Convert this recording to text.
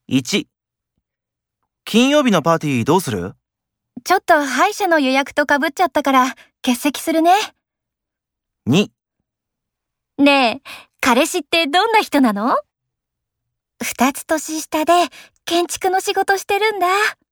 1、金曜日のパーティーどうする？ ちょっと歯医者の予約とかぶっちゃったから欠席するね。 2、 ねえ、彼氏ってどんな人なの？2つ年下で建築の仕事してるんだ。